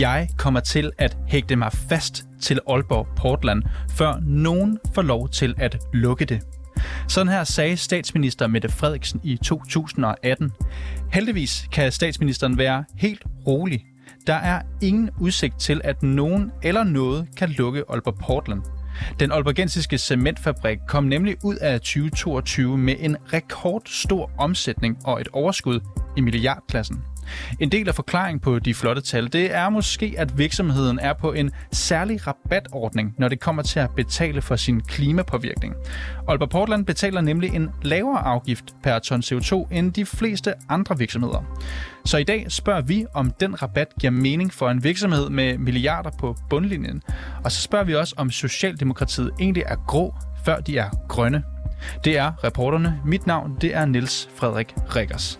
Jeg kommer til at hægte mig fast til Aalborg Portland, før nogen får lov til at lukke det. Sådan her sagde statsminister Mette Frederiksen i 2018. Heldigvis kan statsministeren være helt rolig. Der er ingen udsigt til, at nogen eller noget kan lukke Aalborg Portland. Den aalborgensiske cementfabrik kom nemlig ud af 2022 med en rekordstor omsætning og et overskud i milliardklassen. En del af forklaringen på de flotte tal, det er måske, at virksomheden er på en særlig rabatordning, når det kommer til at betale for sin klimapåvirkning. Aalborg Portland betaler nemlig en lavere afgift per ton CO2 end de fleste andre virksomheder. Så i dag spørger vi, om den rabat giver mening for en virksomhed med milliarder på bundlinjen. Og så spørger vi også, om Socialdemokratiet egentlig er grå, før de er grønne. Det er reporterne. Mit navn, det er Niels Frederik Riggers.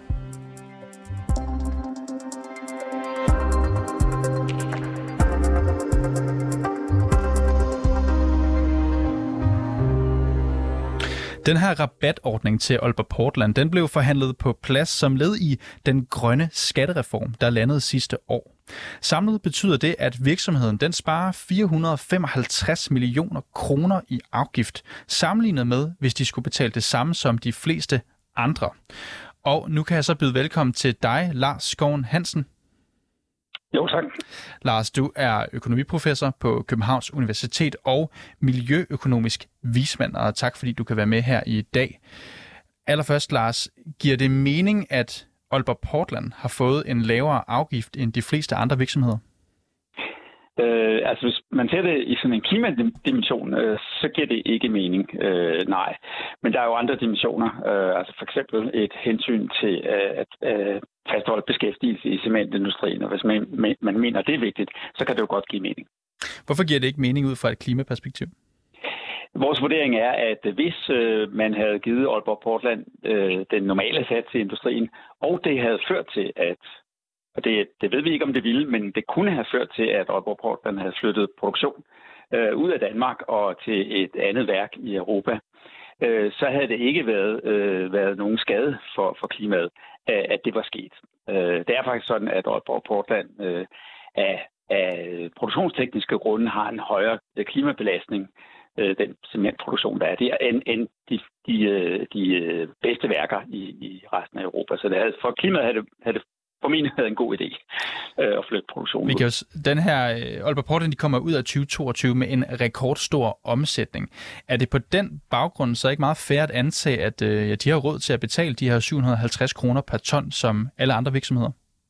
Den her rabatordning til Aalborg Portland, den blev forhandlet på plads som led i den grønne skattereform, der landede sidste år. Samlet betyder det, at virksomheden den sparer 455 millioner kroner i afgift, sammenlignet med, hvis de skulle betale det samme som de fleste andre. Og nu kan jeg så byde velkommen til dig, Lars Skoven Hansen. Jo, tak. Lars, du er økonomiprofessor på Københavns Universitet og miljøøkonomisk vismand, og tak fordi du kan være med her i dag. Allerførst, Lars, giver det mening, at Aalborg Portland har fået en lavere afgift end de fleste andre virksomheder? Hvis man ser det i sådan en klimadimension, så giver det ikke mening, nej. Men der er jo andre dimensioner, for eksempel et hensyn til at fastholde beskæftigelse i cementindustrien, og hvis man mener, det er vigtigt, så kan det jo godt give mening. Hvorfor giver det ikke mening ud fra et klimaperspektiv? Vores vurdering er, at hvis man havde givet Aalborg Portland den normale sats til industrien, og det havde ført til, og det ved vi ikke, om det ville, men det kunne have ført til, at Aalborg Portland havde flyttet produktion ud af Danmark og til et andet værk i Europa, så havde det ikke været nogen skade for klimaet, at det var sket. Det er faktisk sådan, at Aalborg Portland af produktionstekniske grunde har en højere klimabelastning, den cementproduktion, der er der, end de bedste værker i resten af Europa. Så for klimaet havde det formentlig havde en god idé at flytte produktionen ud. Den her Aalborg Portland, de kommer ud af 2022 med en rekordstor omsætning. Er det på den baggrund så ikke meget fair at antage, at de har råd til at betale de her 750 kroner per ton, som alle andre virksomheder?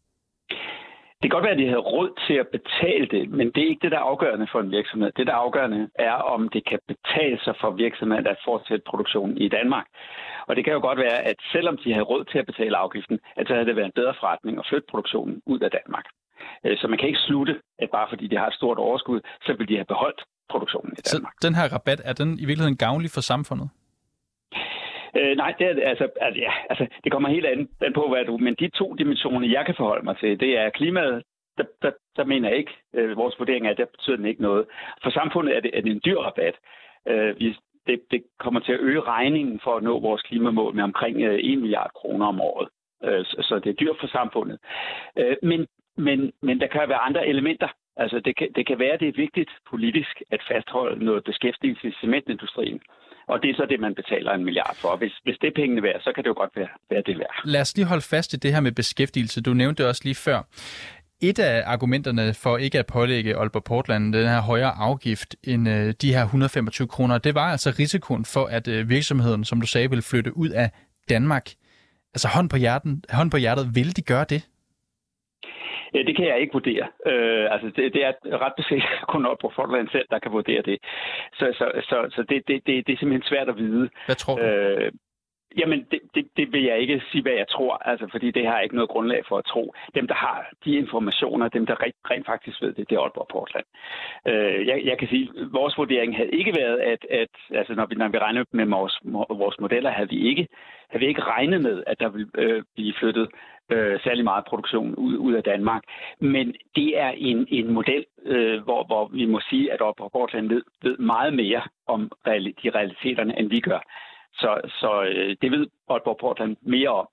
Det kan godt være, at de har råd til at betale det, men det er ikke det, der er afgørende for en virksomhed. Det, der er afgørende, er, om det kan betale sig for virksomheden at fortsætte produktionen i Danmark. Og det kan jo godt være, at selvom de havde råd til at betale afgiften, at så havde det været en bedre forretning at flytte produktionen ud af Danmark. Så man kan ikke slutte, at bare fordi de har et stort overskud, så vil de have beholdt produktionen i Danmark. Så den her rabat, er den i virkeligheden gavnlig for samfundet? Nej, det er det kommer helt an på, hvad men de to dimensioner, jeg kan forholde mig til, det er klimaet. Der mener jeg ikke, vores vurdering er, at der betyder den ikke noget. For samfundet er det en dyr rabat. Det kommer til at øge regningen for at nå vores klimamål med omkring 1 milliard kroner om året. Så det er dyrt for samfundet. Men der kan være andre elementer. Altså det kan være, at det er vigtigt politisk at fastholde noget beskæftigelse i cementindustrien. Og det er så det, man betaler 1 milliard for. Hvis det er pengene værd, så kan det jo godt være det værd. Lad os lige holde fast i det her med beskæftigelse. Du nævnte det også lige før. Et af argumenterne for ikke at pålægge Aalborg Portland den her højere afgift end de her 125 kroner, det var altså risikoen for, at virksomheden, som du sagde, ville flytte ud af Danmark. Altså hånd på hjertet, vil de gøre det? Det kan jeg ikke vurdere. Det er ret beset kun Aalborg Portland selv, der kan vurdere det. Så det er simpelthen svært at vide. Hvad tror du? Jamen, det vil jeg ikke sige, hvad jeg tror, fordi det har jeg ikke noget grundlag for at tro. Dem, der har de informationer, dem, der rent faktisk ved det, det er Aalborg Portland. Jeg kan sige, at vores vurdering havde ikke været, at når vi regner med vores modeller, havde vi ikke regnet med, at der ville blive flyttet særlig meget produktion ud af Danmark. Men det er en model, hvor vi må sige, at Aalborg Portland ved meget mere om de realiteterne, end vi gør. Så det ved Aalborg Portland mere om.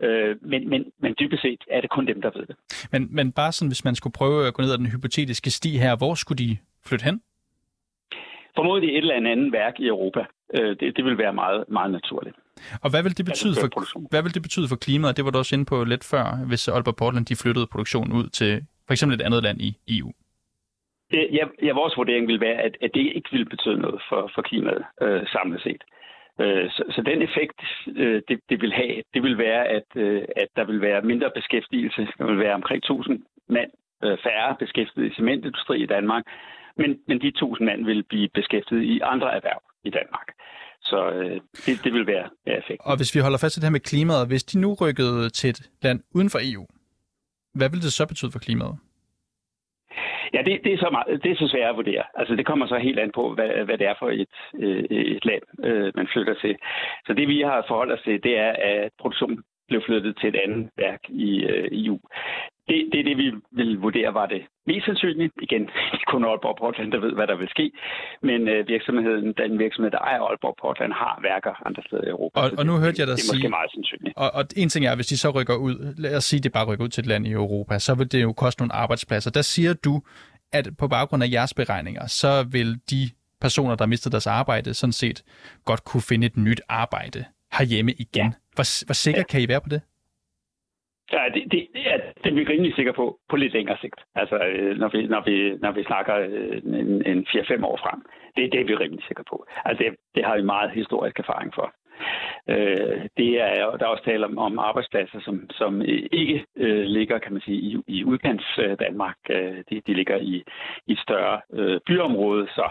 Men dybest set er det kun dem, der ved det. Men bare sådan, hvis man skulle prøve at gå ned ad den hypotetiske sti her, hvor skulle de flytte hen? Formodentlig et eller andet værk i Europa. Det vil være meget, meget naturligt. Og hvad vil det betyde for klimaet? Det var du også inde på lidt før, hvis Aalborg Portland de flyttede produktionen ud til for eksempel et andet land i EU. Ja, vores vurdering vil være, at det ikke vil betyde noget for klimaet samlet set. Så den effekt, det vil have, det vil være, at der vil være mindre beskæftigelse. Der vil være omkring 1000 mand færre beskæftiget i cementindustri i Danmark. Men de 1000 mand vil blive beskæftiget i andre erhverv i Danmark. Så det vil være effekten. Og hvis vi holder fast i det her med klimaet, hvis de nu rykkede til et land uden for EU, hvad vil det så betyde for klimaet? Ja, det er så svært at vurdere. Altså, det kommer så helt an på, hvad det er for et land, man flytter til. Så det, vi har forholdt os til, det er, at produktionen blev flyttet til et andet værk i EU. Det er det, vi vil vurdere, var det mest sandsynligt. Igen, det er kun Aalborg Portland, der ved, hvad der vil ske. Men den virksomhed, der ejer Aalborg Portland, har værker andre steder i Europa. Og nu hørte jeg dig sige... Det er måske meget sandsynligt. Og en ting er, hvis de så rykker ud, lad os sige, det bare rykker ud til et land i Europa, så vil det jo koste nogle arbejdspladser. Der siger du, at på baggrund af jeres beregninger, så vil de personer, der mistede deres arbejde, sådan set godt kunne finde et nyt arbejde herhjemme igen. Ja. Hvor sikker kan I være på det? Ja, det er vi rimelig sikre på lidt længere sigt. Altså, når vi snakker en 4-5 år frem. Det er vi rimelig sikre på. Altså, det har vi meget historisk erfaring for. Der er også tale om arbejdspladser, som ikke ligger, kan man sige, i udkants Danmark. De ligger i et større byområde, så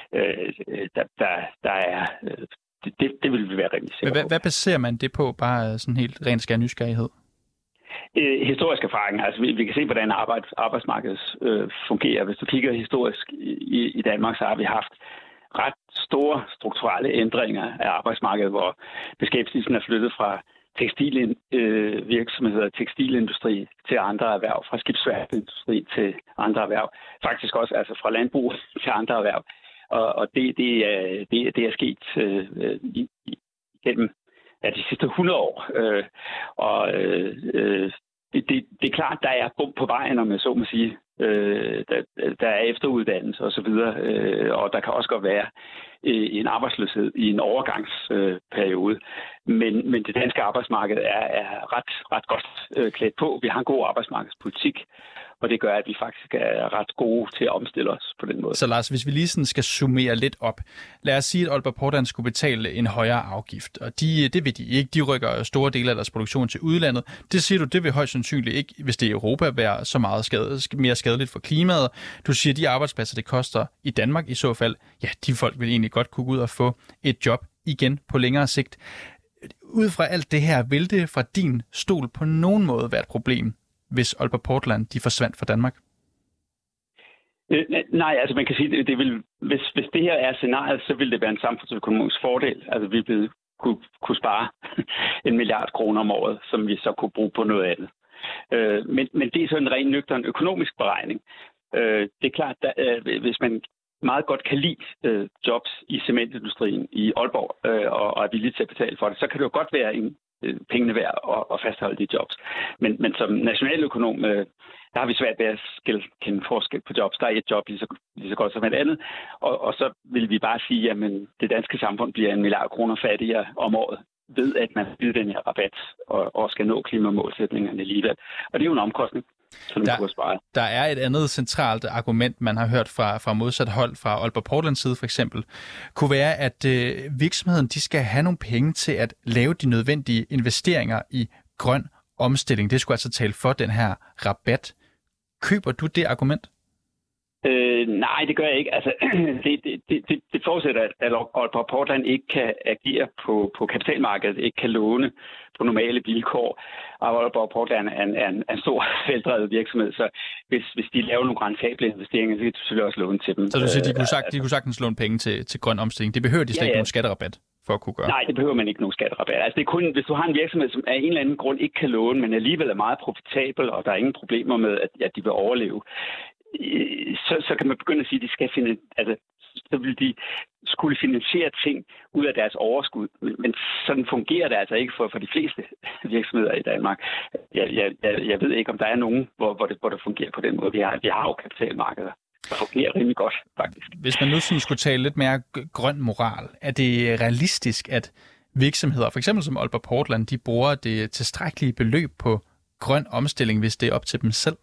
der er... Det vil vi være rimelig sikre på. Hvad baserer man det på? Bare sådan helt ren skær nysgerrighed? Historisk erfaring. Altså, vi kan se, hvordan arbejdsmarkedet fungerer. Hvis du kigger historisk i Danmark, så har vi haft ret store strukturelle ændringer af arbejdsmarkedet, hvor beskæftigelsen er flyttet fra tekstilvirksomheder, tekstilindustri til andre erhverv, fra skibsværksindustri til andre erhverv. Faktisk også altså fra landbrug til andre erhverv. Og det er sket gennem de sidste 100 år. Det er klart, der er bump på vejen, om jeg så må sige. Der er efteruddannelse og så videre, og der kan også godt være en arbejdsløshed i en overgangsperiode. Men det danske arbejdsmarked er ret godt klædt på. Vi har en god arbejdsmarkedspolitik, og det gør, at vi faktisk er ret gode til at omstille os på den måde. Så Lars, hvis vi lige sådan skal summere lidt op. Lad os sige, at Aalborg Portland skulle betale en højere afgift, og det vil de ikke. De rykker store dele af deres produktion til udlandet. Det siger du, det vil højst sandsynligt ikke, hvis det er Europa, være så meget mere skadeligt for klimaet. Du siger, at de arbejdspladser, det koster i Danmark i så fald, ja, de folk vil egentlig godt kunne gå ud og få et job igen på længere sigt. Ud fra alt det her, vil det fra din stol på nogen måde være et problem, hvis Aalborg Portland de forsvandt fra Danmark? Nej, altså man kan sige, det vil, hvis det her er scenariet, så vil det være en samfundsøkonomisk fordel. Altså vi vil kunne spare 1 milliard kroner om året, som vi så kunne bruge på noget andet. Men det er så en ren nøgtern økonomisk beregning. Det er klart, at hvis man meget godt kan lide jobs i cementindustrien i Aalborg og er villig til at betale for det, så kan det jo godt være pengene værd at fastholde de jobs. Men som nationaløkonom, der har vi svært ved at kende forskel på jobs. Der er et job lige så godt som et andet. Og så vil vi bare sige, at det danske samfund bliver 1 milliard kroner fattigere om året ved, at man vil den her rabat og skal nå klimamålsætningerne alligevel. Og det er jo en omkostning. Der er et andet centralt argument, man har hørt fra modsat hold, fra Aalborg Portlands side for eksempel, kunne være, at virksomheden de skal have nogle penge til at lave de nødvendige investeringer i grøn omstilling. Det skulle altså tale for den her rabat. Køber du det argument? Nej, det gør jeg ikke. Altså, det forudsætter, at Aalborg Portland ikke kan agere på kapitalmarkedet, ikke kan låne på normale vilkår. Og Aalborg Portland er en stor veldrevet virksomhed, så hvis de laver nogle rentable investeringer, så kan de selvfølgelig også låne til dem. Så du siger, de kunne sagtens låne penge til grøn omstilling. Det behøver de slet ikke nogen skatterabat for at kunne gøre? Nej, det behøver man ikke nogen skatterabat. Altså, det er kun, hvis du har en virksomhed, som af en eller anden grund ikke kan låne, men alligevel er meget profitabel, og der er ingen problemer med, at de vil overleve, så kan man begynde at sige, at de skal finde, altså så vil de skulle finansiere ting ud af deres overskud. Men sådan fungerer det altså ikke for de fleste virksomheder i Danmark. Jeg ved ikke, om der er nogen, hvor det fungerer på den måde. Vi har jo kapitalmarkeder. Det fungerer rimelig godt, faktisk. Hvis man nu sådan skulle tale lidt mere grøn moral, er det realistisk, at virksomheder, for eksempel som Aalborg Portland, de bruger det tilstrækkelige beløb på grøn omstilling, hvis det er op til dem selv?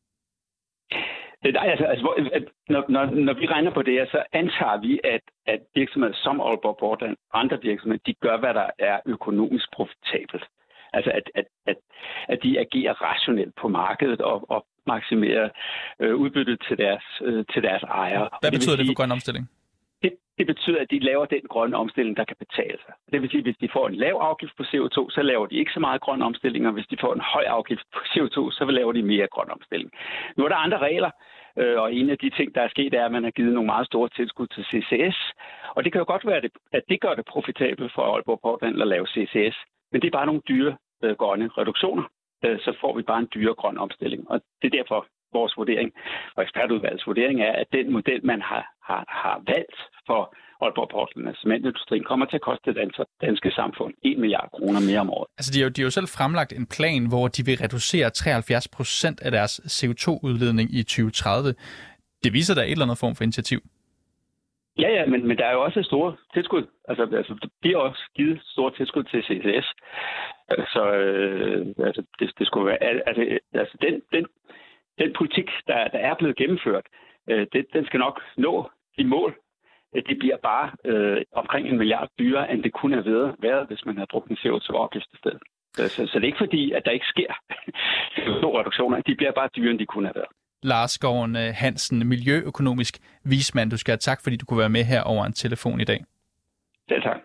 Nej, når vi regner på det her, så antager vi, at virksomheder som Aalborg Portland og andre virksomheder, de gør, hvad der er økonomisk profitabelt. Altså, at de agerer rationelt på markedet og maksimerer udbyttet til deres ejere. Hvad betyder det for grøn omstilling? Det betyder, at de laver den grønne omstilling, der kan betale sig. Det vil sige, at hvis de får en lav afgift på CO2, så laver de ikke så meget grøn omstilling, og hvis de får en høj afgift på CO2, så laver de mere grøn omstilling. Nu er der andre regler, og en af de ting, der er sket, er, at man har givet nogle meget store tilskud til CCS. Og det kan jo godt være, at det gør det profitabelt for Aalborg Portland at lave CCS, men det er bare nogle dyre grønne reduktioner. Så får vi bare en dyre grøn omstilling. Og det er derfor vores vurdering, og ekspertudvalgets vurdering er, at den model, man har valgt for Aalborg Portland og cementindustrien, kommer til at koste det danske samfund 1 milliard kroner mere om året. Altså, de har jo selv fremlagt en plan, hvor de vil reducere 73% af deres CO2-udledning i 2030. Det viser der et eller andet form for initiativ. Ja, men der er jo også store tilskud. Altså der bliver også givet store tilskud til CCS. Så det skulle være... Altså den politik, der er blevet gennemført, den skal nok nå de mål. Det bliver bare omkring 1 milliard dyrere, end det kunne have været, hvis man havde brugt en CO2-afgift i stedet. Så det er ikke fordi, at der ikke sker CO2-reduktioner. De bliver bare dyrere, end de kunne have været. Lars Skoven Hansen, miljøøkonomisk vismand. Du skal have tak, fordi du kunne være med her over en telefon i dag. Selv tak.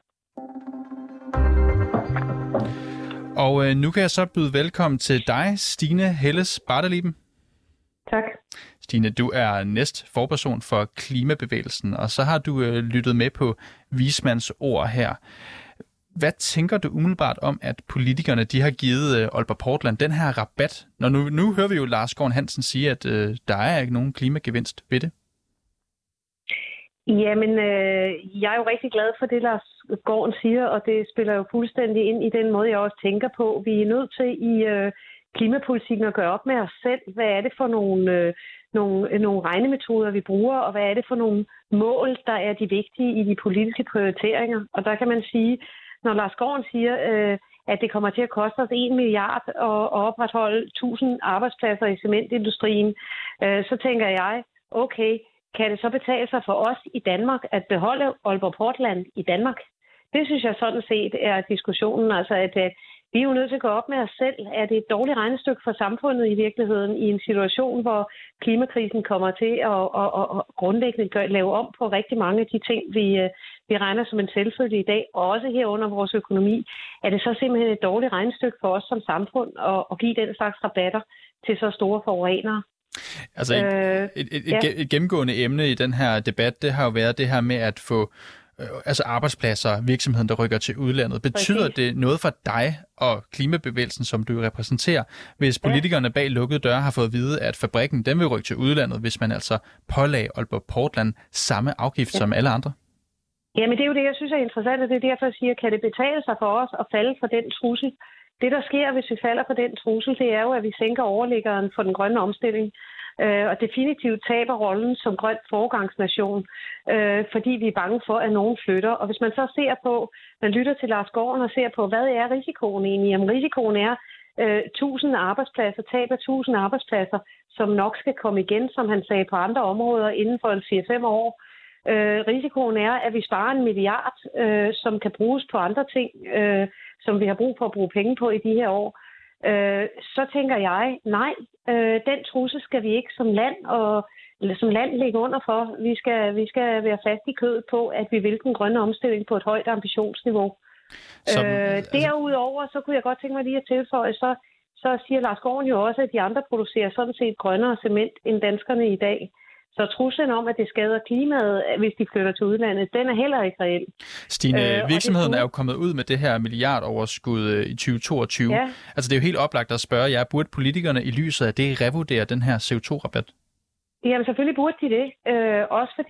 Og nu kan jeg så byde velkommen til dig, Stine Helles Bartelieben. Tak. Stine, du er næstforperson for Klimabevægelsen, og så har du lyttet med på vismands ord her. Hvad tænker du umiddelbart om, at politikerne de har givet Aalborg Portland den her rabat? Når nu hører vi jo Lars Skoven Hansen sige, at der er ikke nogen klimagevinst ved det. Jamen, jeg er jo rigtig glad for det, Lars Skoven siger, og det spiller jo fuldstændig ind i den måde, jeg også tænker på. Vi er nødt til i klimapolitikken at gøre op med os selv. Hvad er det for nogle regnemetoder, vi bruger, og hvad er det for nogle mål, der er de vigtige i de politiske prioriteringer? Og der kan man sige, når Lars Skoven siger, at det kommer til at koste os 1 milliard at opretholde 1000 arbejdspladser i cementindustrien, så tænker jeg, okay, kan det så betale sig for os i Danmark at beholde Aalborg Portland i Danmark? Det synes jeg sådan set er diskussionen, altså at vi er jo nødt til at gå op med os selv. Er det et dårligt regnestykke for samfundet i virkeligheden i en situation, hvor klimakrisen kommer til at grundlæggende lave om på rigtig mange af de ting, vi regner som en selvfølge i dag, og også herunder vores økonomi? Er det så simpelthen et dårligt regnestykke for os som samfund at give den slags rabatter til så store forurenere? Altså et gennemgående emne i den her debat, det har jo været det her med at få arbejdspladser, virksomheden, der rykker til udlandet. Betyder det noget for dig og klimabevægelsen, som du repræsenterer, hvis politikerne bag lukkede døre har fået at vide, at fabrikken den vil rykke til udlandet, hvis man altså pålagde Aalborg Portland samme afgift som alle andre? Jamen det er jo det, jeg synes er interessant, og det er derfor, jeg siger, kan det betale sig for os at falde for den trussel? Det, der sker, hvis vi falder for den trussel, det er jo, at vi sænker overliggeren for den grønne omstilling, og definitivt taber rollen som grøn foregangsnation, fordi vi er bange for, at nogen flytter. Og hvis man så ser på, man lytter til Lars Skoven og ser på, hvad er risikoen egentlig? Jamen risikoen er 1000 arbejdspladser, tab af 1000 arbejdspladser, som nok skal komme igen, som han sagde, på andre områder inden for en 4-5 år. Risikoen er, at vi sparer 1 milliard, som kan bruges på andre ting, som vi har brug for at bruge penge på i de her år. Så tænker jeg, nej, den trussel skal vi ikke som land ligge under for. Vi skal være fast i kødet på, at vi vil den grønne omstilling på et højt ambitionsniveau. Derudover, så kunne jeg godt tænke mig lige at tilføje, så siger Lars Skoven jo også, at de andre producerer sådan set grønnere cement end danskerne i dag. Så truslen om, at det skader klimaet, hvis de flytter til udlandet, den er heller ikke reel. Stine, virksomheden er jo kommet ud med det her milliardoverskud i 2022. Ja. Altså det er jo helt oplagt at spørge jer, burde politikerne i lyset af det revurdere den her CO2-rabat? Jamen selvfølgelig burde de det. Også fordi,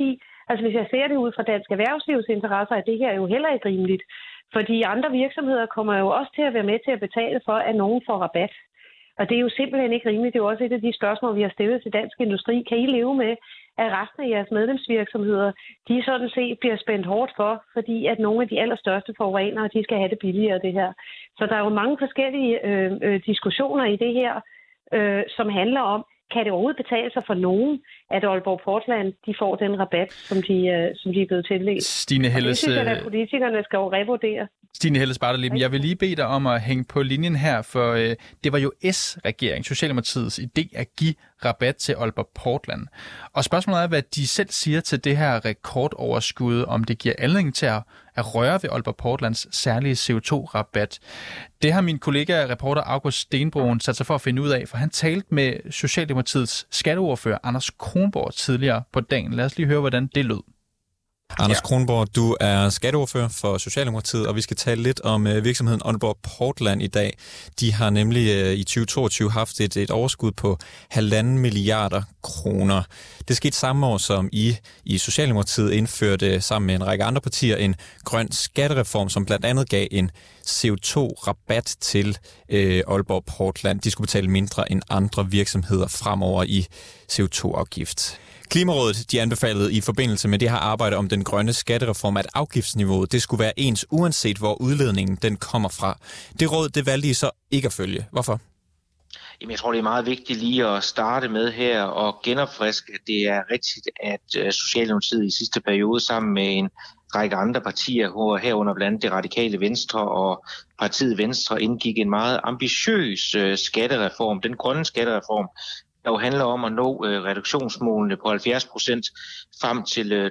Altså hvis jeg ser det ud fra dansk erhvervslivs interesser, at det her er jo heller ikke rimeligt. Fordi andre virksomheder kommer jo også til at være med til at betale for, at nogen får rabat. Og det er jo simpelthen ikke rimeligt. Det er jo også et af de spørgsmål, vi har stillet til Dansk Industri. Kan I leve med, at resten af jeres medlemsvirksomheder, de sådan set bliver spændt hårdt for, fordi at nogle af de allerstørste forurenere, de skal have det billigere det her. Så der er jo mange forskellige diskussioner i det her, som handler om, kan det overhovedet betale sig for nogen, at Aalborg Portland de får den rabat, som de er blevet tildelt? Stine Helles, det synes jeg, at politikerne skal jo revurdere. Stine Helles Barthelin, jeg vil lige bede dig om at hænge på linjen her, for det var jo S-regeringen, Socialdemokratiets idé at give rabat til Aalborg Portland. Og spørgsmålet er, hvad de selv siger til det her rekordoverskud, om det giver anledning til at røre ved Aalborg Portlands særlige CO2-rabat. Det har min kollega, reporter August Stenbroen, sat sig for at finde ud af, for han talte med Socialdemokratiets skatteordfører Anders Kronborg tidligere på dagen. Lad os lige høre, hvordan det lød. Anders Kronborg, du er skatteordfører for Socialdemokratiet, og vi skal tale lidt om virksomheden Aalborg Portland i dag. De har nemlig i 2022 haft et overskud på 1,5 milliarder kroner. Det skete samme år, som I Socialdemokratiet indførte sammen med en række andre partier en grøn skattereform, som blandt andet gav en CO2-rabat til Aalborg Portland. De skulle betale mindre end andre virksomheder fremover i CO2-afgift. Klimarådet de anbefalede i forbindelse med det her arbejde om den grønne skattereform, at afgiftsniveauet det skulle være ens, uanset hvor udledningen den kommer fra. Det råd det valgte I så ikke at følge. Hvorfor? Jamen, jeg tror, det er meget vigtigt lige at starte med her og genopfriske, at det er rigtigt, at Socialdemokratiet i sidste periode sammen med en række andre partier, herunder blandt andet det radikale Venstre og partiet Venstre, indgik en meget ambitiøs skattereform, den grønne skattereform, der jo handler om at nå reduktionsmålene på 70% frem til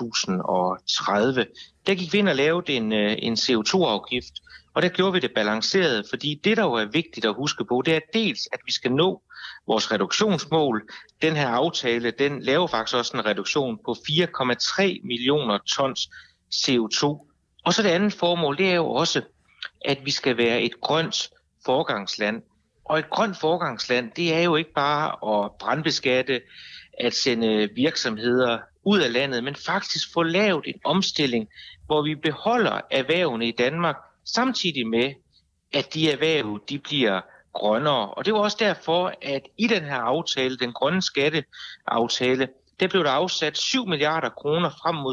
2030. Der gik vi ind og lavede en CO2-afgift, og der gjorde vi det balanceret, fordi det, der jo er vigtigt at huske på, det er dels, at vi skal nå vores reduktionsmål. Den her aftale, den laver faktisk også en reduktion på 4,3 millioner tons CO2. Og så det andet formål, det er jo også, at vi skal være et grønt foregangsland. Og et grønt foregangsland, det er jo ikke bare at brandbeskatte, at sende virksomheder ud af landet, men faktisk få lavet en omstilling, hvor vi beholder erhvervene i Danmark, samtidig med, at de erhverv de bliver grønnere. Og det var også derfor, at i den her aftale, den grønne skatteaftale, der blev der afsat 7 milliarder kroner frem mod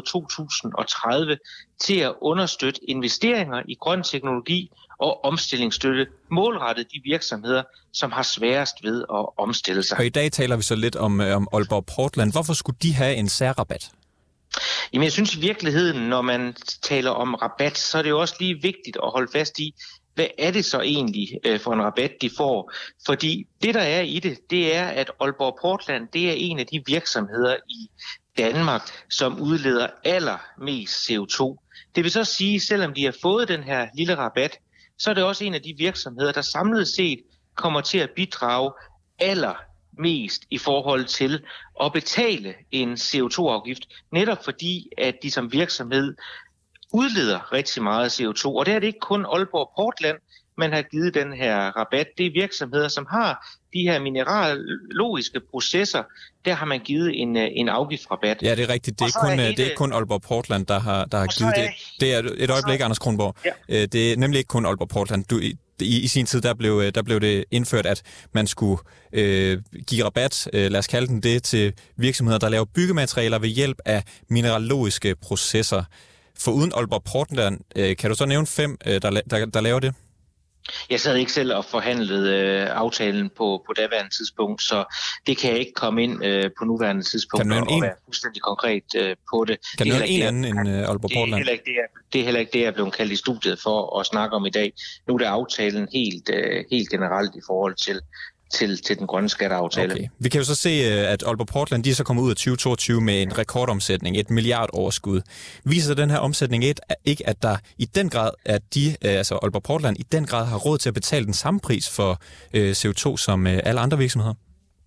2030 til at understøtte investeringer i grøn teknologi og omstillingsstøtte målrettet de virksomheder, som har sværest ved at omstille sig. Og i dag taler vi så lidt om Aalborg Portland. Hvorfor skulle de have en særrabat? Jamen jeg synes i virkeligheden, når man taler om rabat, så er det jo også lige vigtigt at holde fast i, hvad er det så egentlig for en rabat, de får? Fordi det, der er i det er, at Aalborg Portland, det er en af de virksomheder i Danmark, som udleder allermest CO2. Det vil så sige, selvom de har fået den her lille rabat, så er det også en af de virksomheder, der samlet set kommer til at bidrage allermest i forhold til at betale en CO2-afgift, netop fordi, at de som virksomhed udleder rigtig meget CO2. Og det er det ikke kun Aalborg Portland, man har givet den her rabat. Det er virksomheder, som har de her mineralogiske processer, der har man givet en afgiftsrabat. Ja, det er rigtigt. Det er ikke kun Aalborg Portland, der har givet det. Det er et øjeblik, Anders Kronborg. Ja. Det er nemlig ikke kun Aalborg Portland. I sin tid, der blev det indført, at man skulle give rabat, lad os kalde den det, til virksomheder, der laver byggematerialer ved hjælp af mineralogiske processer. For uden Aalborg Portland, kan du så nævne 5, der laver det? Jeg sad ikke selv og forhandlede aftalen på daværende tidspunkt, så det kan jeg ikke komme ind på nuværende tidspunkt og være fuldstændig konkret på det. Kan du nævne en anden end Aalborg Portland? Det er heller ikke det, jeg er blevet kaldt i studiet for at snakke om i dag. Nu er det aftalen helt generelt i forhold til den grønne skatteaftale. Okay. Vi kan jo så se, at Aalborg Portland de er så kommet ud af 2022 med en rekordomsætning, 1 milliard overskud. Viser den her omsætning ikke, at der i den grad, at altså Aalborg Portland i den grad har råd til at betale den samme pris for CO2 som alle andre virksomheder?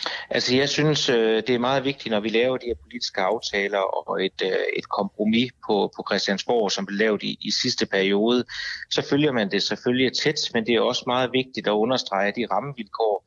Altså jeg synes, det er meget vigtigt, når vi laver de her politiske aftaler og et kompromis på Christiansborg, som blev lavet i sidste periode, så følger man det selvfølgelig tæt, men det er også meget vigtigt at understrege de rammevilkår,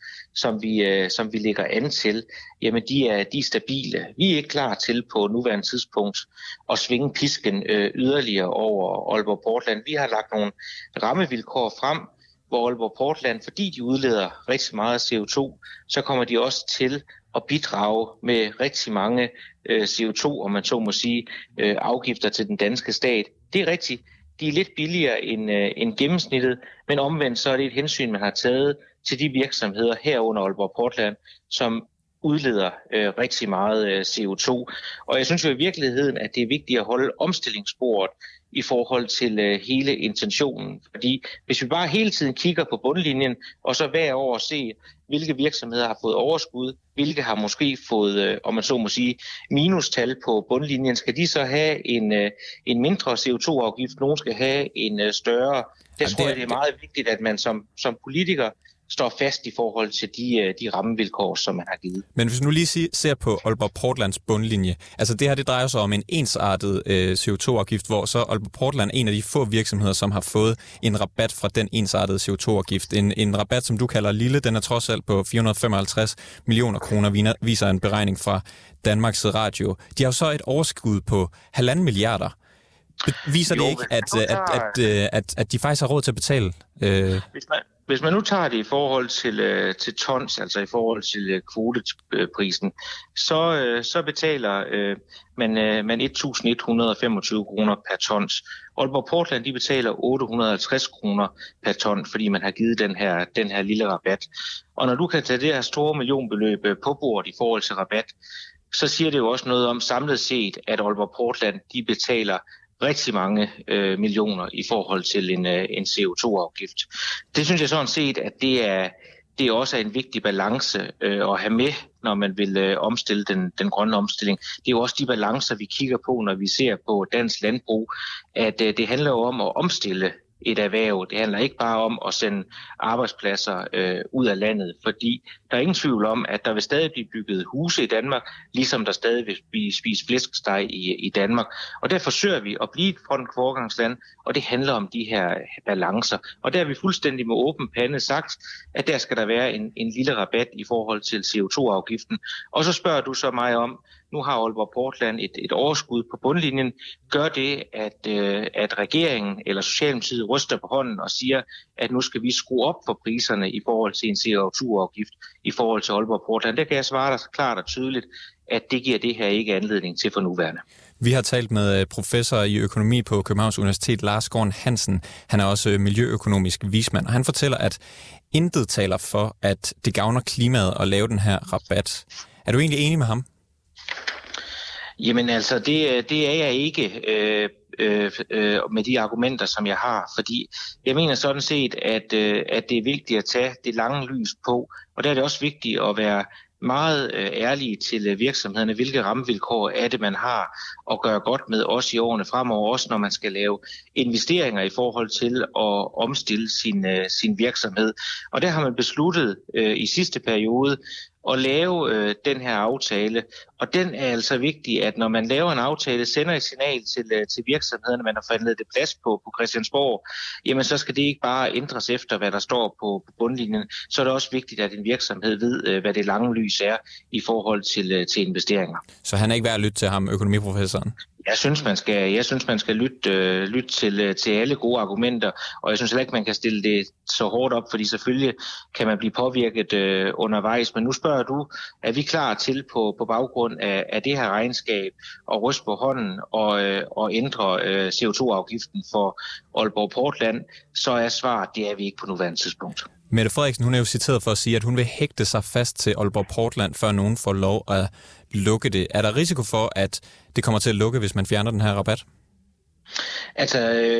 som vi lægger an til. Jamen de er stabile. Vi er ikke klar til på nuværende tidspunkt at svinge pisken yderligere over Aalborg Portland. Vi har lagt nogle rammevilkår frem, hvor Aalborg Portland, fordi de udleder rigtig meget CO2, så kommer de også til at bidrage med rigtig mange CO2, om man så må sige, afgifter til den danske stat. Det er rigtigt. De er lidt billigere end gennemsnittet, men omvendt så er det et hensyn, man har taget til de virksomheder herunder Aalborg Portland, som udleder rigtig meget CO2. Og jeg synes jo i virkeligheden, at det er vigtigt at holde omstillingssporet i forhold til hele intentionen. Fordi hvis vi bare hele tiden kigger på bundlinjen, og så hver år se, hvilke virksomheder har fået overskud, hvilke har måske fået, om man så må sige, minustal på bundlinjen, skal de så have en mindre CO2-afgift, nogen skal have en større. Der tror jeg, det er meget vigtigt, at man som politiker står fast i forhold til de rammevilkår, som man har givet. Men hvis nu lige ser på Aalborg Portlands bundlinje, altså det her, det drejer sig om en ensartet CO2-afgift, hvor så Aalborg Portland er en af de få virksomheder, som har fået en rabat fra den ensartede CO2-afgift. En rabat, som du kalder lille, den er trods alt på 455 millioner kroner, viser en beregning fra Danmarks Radio. De har jo så et overskud på 1,5 milliarder. Viser det ikke, at de faktisk har råd til at betale? Hvis man nu tager det i forhold til tons, altså i forhold til kvoteprisen, så betaler man 1.125 kroner per tons. Aalborg Portland, de betaler 850 kroner per ton, fordi man har givet den her lille rabat. Og når du kan tage det her store millionbeløb på bordet i forhold til rabat, så siger det jo også noget om samlet set, at Aalborg Portland, de betaler rigtig mange millioner i forhold til en CO2-afgift. Det synes jeg sådan set, at det også er en vigtig balance at have med, når man vil omstille den grønne omstilling. Det er jo også de balancer, vi kigger på, når vi ser på dansk landbrug, at det handler jo om at omstille et erhverv. Det handler ikke bare om at sende arbejdspladser ud af landet, fordi der er ingen tvivl om, at der vil stadig blive bygget huse i Danmark, ligesom der stadig vil blive spist flæskesteg i Danmark. Og der forsøger vi at blive et foregangsland, og det handler om de her balancer. Og der har vi fuldstændig med åben pande sagt, at der skal der være en lille rabat i forhold til CO2-afgiften. Og så spørger du så mig om, nu har Aalborg Portland et overskud på bundlinjen. Gør det, at regeringen eller Socialdemokratiet ryster på hånden og siger, at nu skal vi skrue op for priserne i forhold til en CO2-afgift i forhold til Aalborg Portland? Der kan jeg svare dig så klart og tydeligt, at det giver det her ikke anledning til for nuværende. Vi har talt med professor i økonomi på Københavns Universitet, Lars Gården Hansen. Han er også miljøøkonomisk vismand, og han fortæller, at intet taler for, at det gavner klimaet at lave den her rabat. Er du egentlig enig med ham? Jamen altså, det er jeg ikke med de argumenter, som jeg har, fordi jeg mener sådan set, at det er vigtigt at tage det lange lys på, og der er det også vigtigt at være meget ærlige til virksomhederne, hvilke rammevilkår er det, man har at gøre godt med også i årene fremover, også når man skal lave investeringer i forhold til at omstille sin virksomhed. Og der har man besluttet i sidste periode at lave den her aftale, og den er altså vigtig, at når man laver en aftale, sender et signal til virksomhederne, man har forhandlet det plads på Christiansborg, jamen så skal det ikke bare ændres efter, hvad der står på bundlinjen. Så er det også vigtigt, at en virksomhed ved, hvad det lange lys er i forhold til investeringer. Så han er ikke værd at lytte til ham, økonomiprofessoren? Jeg synes, man skal lytte til alle gode argumenter, og jeg synes heller ikke, man kan stille det så hårdt op, fordi selvfølgelig kan man blive påvirket undervejs. Men nu spørger du, er vi klar til på baggrund af det her regnskab at ryste på hånden og ændre CO2-afgiften for Aalborg Portland, så er svaret, det er vi ikke på nuværende tidspunkt. Mette Frederiksen, hun er jo citeret for at sige, at hun vil hægte sig fast til Aalborg Portland, før nogen får lov at lukke det. Er der risiko for, at det kommer til at lukke, hvis man fjerner den her rabat? Altså,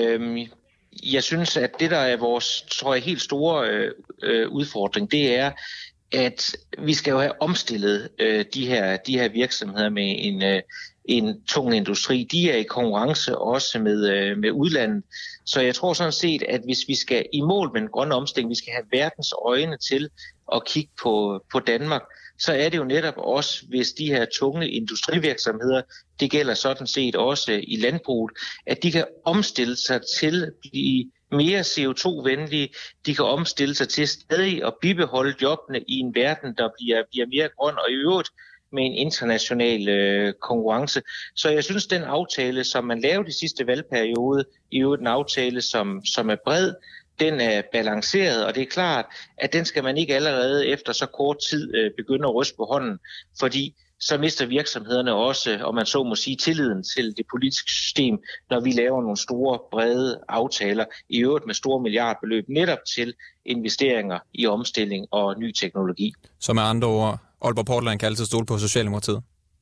jeg synes, at det, der er vores, tror jeg, helt store udfordring, det er, at vi skal jo have omstillet de her virksomheder med en tung industri. De er i konkurrence også med udlandet. Så jeg tror sådan set, at hvis vi skal i mål med en grøn omstilling, vi skal have verdens øjne til at kigge på Danmark, så er det jo netop også, hvis de her tunge industrivirksomheder, det gælder sådan set også i landbruget, at de kan omstille sig til at blive mere CO2-venlige, de kan omstille sig til stadig at bibeholde jobbene i en verden, der bliver mere grøn, og i øvrigt med en international konkurrence. Så jeg synes, den aftale, som man lavede i sidste valgperiode, i øvrigt en aftale, som er bred, den er balanceret, og det er klart, at den skal man ikke allerede efter så kort tid begynde at ryste på hånden, fordi så mister virksomhederne også, om man så må sige, tilliden til det politiske system, når vi laver nogle store, brede aftaler, i øvrigt med store milliardbeløb, netop til investeringer i omstilling og ny teknologi. Så med andre ord, Aalborg Portland kan altid stole på Socialdemokratiet?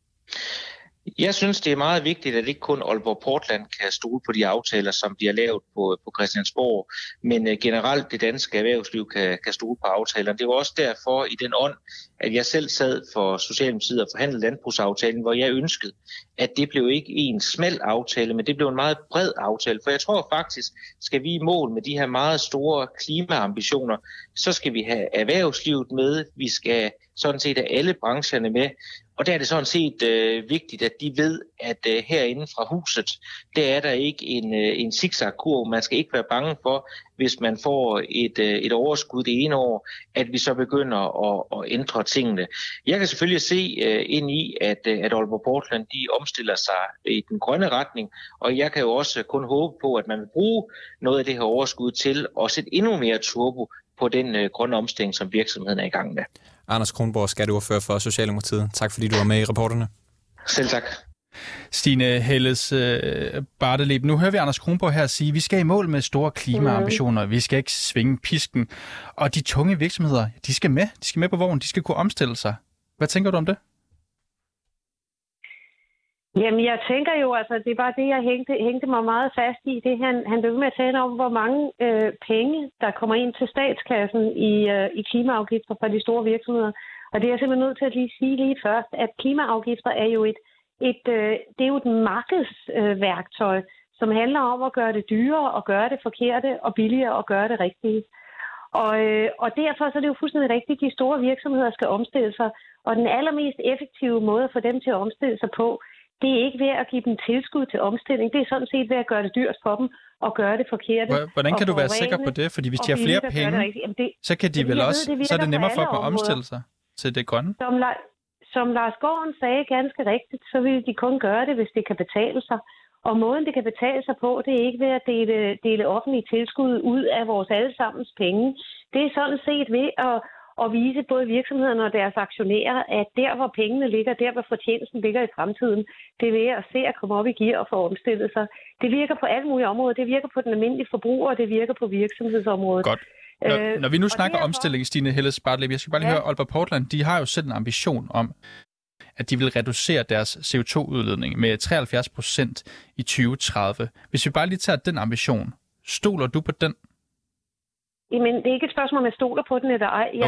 Jeg synes, det er meget vigtigt, at ikke kun Aalborg Portland kan stole på de aftaler, som de har lavet på Christiansborg, men generelt det danske erhvervsliv kan stole på aftalerne. Det var også derfor i den ånd, at jeg selv sad for Socialdemokratiet og forhandlede landbrugsaftalen, hvor jeg ønskede, at det blev ikke en smal aftale, men det blev en meget bred aftale. For jeg tror faktisk, skal vi i mål med de her meget store klimaambitioner, så skal vi have erhvervslivet med, vi skal sådan set have alle brancherne med, og der er det sådan set vigtigt, at de ved, at herinde fra huset, der er der ikke en zigzag-kurve. Man skal ikke være bange for, hvis man får et overskud det ene år, at vi så begynder at ændre tingene. Jeg kan selvfølgelig se ind i, at Aalborg Portland de omstiller sig i den grønne retning, og jeg kan jo også kun håbe på, at man vil bruge noget af det her overskud til at sætte endnu mere turbo på den grønne omstilling, som virksomheden er i gang med. Anders Kronborg, skatteordfører for Socialdemokratiet. Tak fordi du var med i reporterne. Selv tak. Stine Helles Barteleb, nu hører vi Anders Kronborg her sige, at vi skal i mål med store klimaambitioner, vi skal ikke svinge pisken, og de tunge virksomheder, de skal med på vognen, de skal kunne omstille sig. Hvad tænker du om det? Jamen, jeg tænker jo, altså, det er bare det, jeg hængte mig meget fast i. Det han blev med at tale om, hvor mange penge, der kommer ind til statskassen i klimaafgifter fra de store virksomheder. Og det er jeg simpelthen nødt til at sige lige først, at klimaafgifter er jo det er jo et markedsværktøj, som handler om at gøre det dyrere og gøre det forkerte og billigere og gøre det rigtige. Og derfor så er det jo fuldstændig rigtigt, at de store virksomheder skal omstille sig. Og den allermest effektive måde at få dem til at omstille sig på, det er ikke ved at give dem tilskud til omstilling. Det er sådan set ved at gøre det dyrt for dem og gøre det forkerte. Hvordan kan du være sikker på det? Fordi hvis de har flere penge, så kan de vel også, så er det nemmere for dem at omstille sig til det grønne. Som Lars Gården sagde ganske rigtigt, så vil de kun gøre det, hvis det kan betale sig. Og måden, det kan betale sig på, det er ikke ved at dele offentlige tilskud ud af vores allesammens penge. Det er sådan set ved at vise både virksomhederne og deres aktionærer, at der, hvor pengene ligger, der, hvor fortjenesten ligger i fremtiden, det er ved at se at komme op i gear og få omstillet sig. Det virker på alle mulige områder. Det virker på den almindelige forbruger, og det virker på virksomhedsområdet. Godt. Når vi nu snakker omstilling, Stine Helles Barteleb, jeg skal bare lige høre, Aalborg Portland, de har jo selv en ambition om, at de vil reducere deres CO2-udledning med 73% i 2030. Hvis vi bare lige tager den ambition, stoler du på den? Jamen, det er ikke et spørgsmål, om jeg stoler på den eller ej. Jeg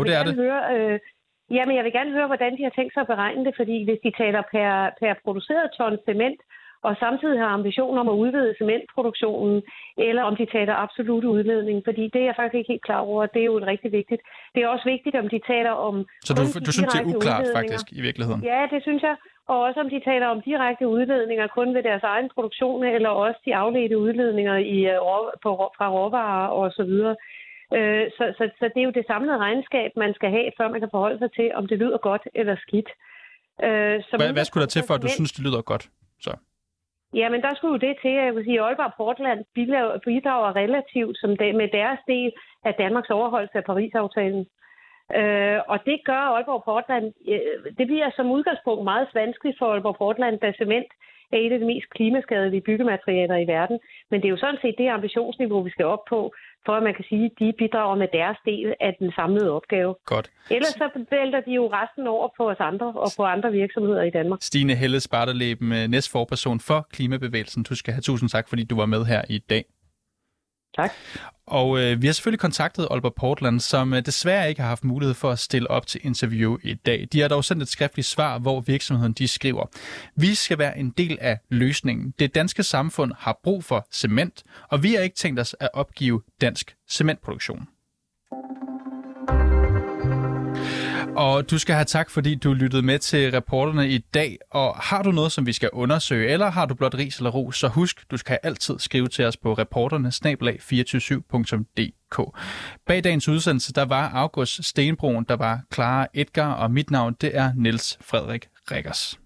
vil gerne høre, hvordan de har tænkt sig at beregne det, fordi hvis de taler per produceret ton cement, og samtidig har ambitioner om at udvide cementproduktionen, eller om de taler absolut udledning, fordi det er jeg faktisk ikke helt klar over, det er jo rigtig vigtigt. Det er også vigtigt, om de taler om... Så du synes, det er uklart faktisk i virkeligheden? Ja, det synes jeg. Og også om de taler om direkte udledninger kun ved deres egen produktion, eller også de afledte udledninger fra råvarer og så videre. Så det er jo det samlede regnskab, man skal have, før man kan forholde sig til, om det lyder godt eller skidt. Hvad skulle der til, for at du synes, det lyder godt? Så. Jamen, der skulle jo det til, at jeg vil sige, at Aalborg Portland bidrager relativt med deres del af Danmarks overholdelse af Paris-aftalen. Og det gør Aalborg Portland, det bliver som udgangspunkt meget vanskeligt for Aalborg Portland, da cement er et af de mest klimaskadelige byggematerialer i verden. Men det er jo sådan set det ambitionsniveau, vi skal op på, for at man kan sige, at de bidrager med deres del af den samlede opgave. Godt. Ellers så vælter de jo resten over på os andre og på andre virksomheder i Danmark. Stine Helles Barteleb, næstforperson for Klimabevægelsen. Du skal have tusind tak, fordi du var med her i dag. Tak. Og vi har selvfølgelig kontaktet Aalborg Portland, som desværre ikke har haft mulighed for at stille op til interview i dag. De har dog sendt et skriftligt svar, hvor virksomheden de skriver: Vi skal være en del af løsningen. Det danske samfund har brug for cement, og vi har ikke tænkt os at opgive dansk cementproduktion. Og du skal have tak, fordi du lyttede med til reporterne i dag. Og har du noget, som vi skal undersøge, eller har du blot ris eller ros, så husk, du skal altid skrive til os på reporterne@247.dk. Bag dagens udsendelse, der var August Stenbroen, der var Clara Edgar, og mit navn, det er Niels Frederik Rikkers.